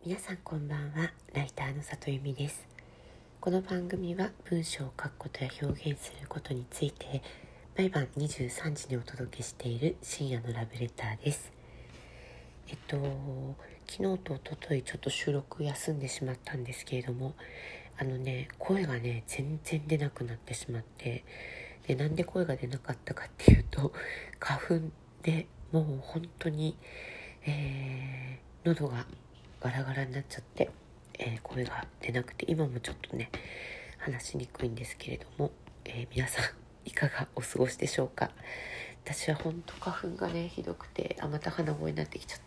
皆さんこんばんは。ライターの里由美です。この番組は文章を書くことや表現することについて毎晩23時にお届けしている深夜のラブレターです。昨日と一昨日ちょっと収録休んでしまったんですけれども、声が全然出なくなってしまって、でなんで声が出なかったかっていうと、花粉でもう本当に、喉がガラガラになっちゃって、声が出なくて今もちょっと話しにくいんですけれども、皆さんいかがお過ごしでしょうか。私は本当花粉がひどくて、また鼻声になってきちゃった。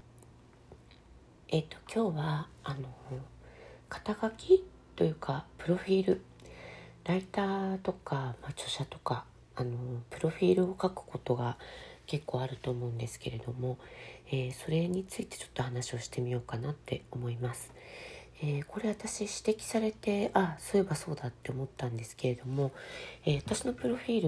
今日は肩書きというかプロフィール、ライターとか、著者とかプロフィールを書くことが結構あると思うんですけれども、それについてちょっと話をしてみようかなって思います。これ私指摘されて、そういえばそうだって思ったんですけれども、私のプロフィールって、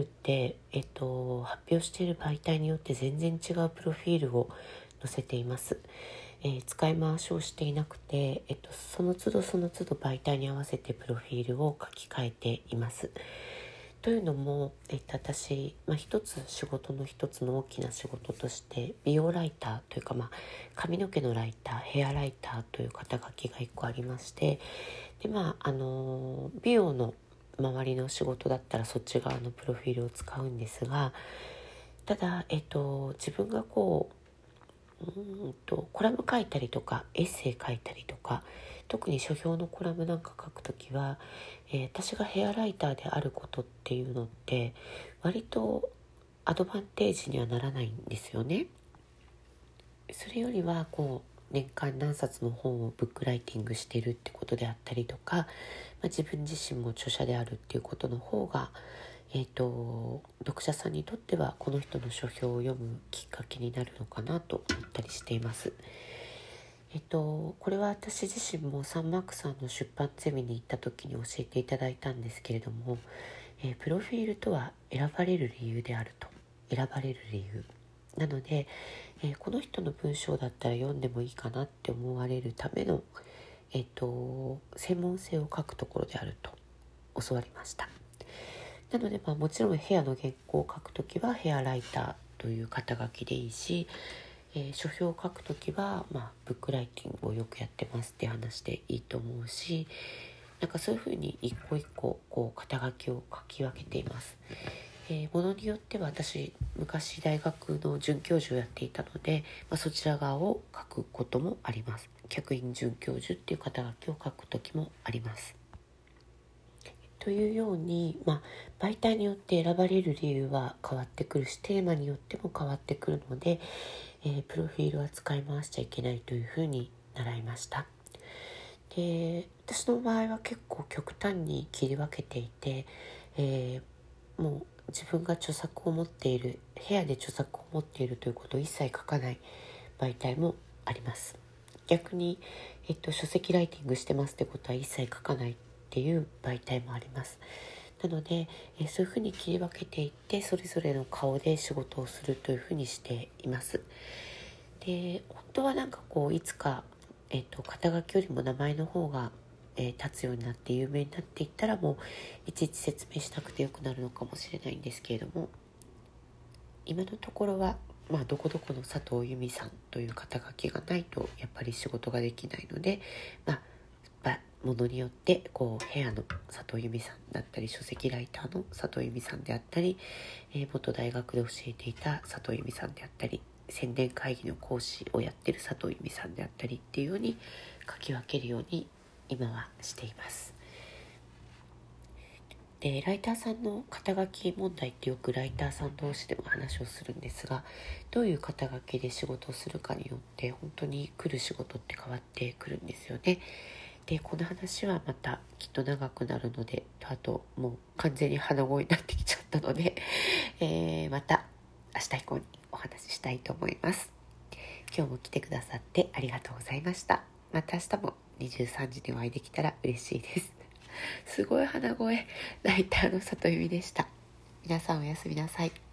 発表している媒体によって全然違うプロフィールを載せています。使い回しをしていなくて、その都度媒体に合わせてプロフィールを書き換えています。というのも、私、一つの大きな仕事として美容ライターというか、髪の毛のライター、ヘアライターという肩書きが1個ありまして、で美容の周りの仕事だったらそっち側のプロフィールを使うんですが、ただ、自分がコラム書いたりとかエッセイ書いたりとか、特に書評のコラムなんか書くときは、私がヘアライターであることっていうのって割とアドバンテージにはならないんですよね。それよりは年間何冊の本をブックライティングしているってことであったりとか、自分自身も著者であるっていうことの方が、読者さんにとってはこの人の書評を読むきっかけになるのかなと思ったりしています。これは私自身もサンマークさんの出版ゼミに行った時に教えていただいたんですけれども、プロフィールとは選ばれる理由であると。選ばれる理由なので、この人の文章だったら読んでもいいかなって思われるための、専門性を書くところであると教わりました。なので、もちろんヘアの原稿を書くときはヘアライターという肩書きでいいし、書評を書くときは、ブックライティングをよくやってますって話でいいと思うし、そういうふうに一個一個肩書きを書き分けています。ものによっては私昔大学の准教授をやっていたので、そちら側を書くこともあります。客員准教授っていう肩書きを書くときもあります。というように、媒体によって選ばれる理由は変わってくるし、テーマによっても変わってくるので、プロフィールは使い回しちゃいけないというふうに習いました。で、私の場合は結構極端に切り分けていて、もう自分が著作を持っている、部屋で著作を持っているということを一切書かない媒体もあります。逆に、書籍ライティングしてますってことは一切書かないっていう媒体もあります。なので、そういうふうに切り分けていって、それぞれの顔で仕事をするというふうにしています。で、本当はいつか、肩書きよりも名前の方が立つようになって有名になっていったら、もういちいち説明しなくてよくなるのかもしれないんですけれども、今のところはどこどこの佐藤由美さんという肩書きがないとやっぱり仕事ができないので、ものによってヘアの佐藤由美さんだったり、書籍ライターの佐藤由美さんであったり、元大学で教えていた佐藤由美さんであったり、宣伝会議の講師をやっている佐藤由美さんであったりっていうように書き分けるように今はしています。で、ライターさんの肩書き問題ってよくライターさん同士でも話をするんですが、どういう肩書きで仕事をするかによって本当に来る仕事って変わってくるんですよね。で、この話はまたきっと長くなるので、あともう完全に鼻声になってきちゃったので、また明日以降にお話ししたいと思います。今日も来てくださってありがとうございました。また明日も23時にお会いできたら嬉しいです。すごい鼻声、ライターの里由美でした。皆さんおやすみなさい。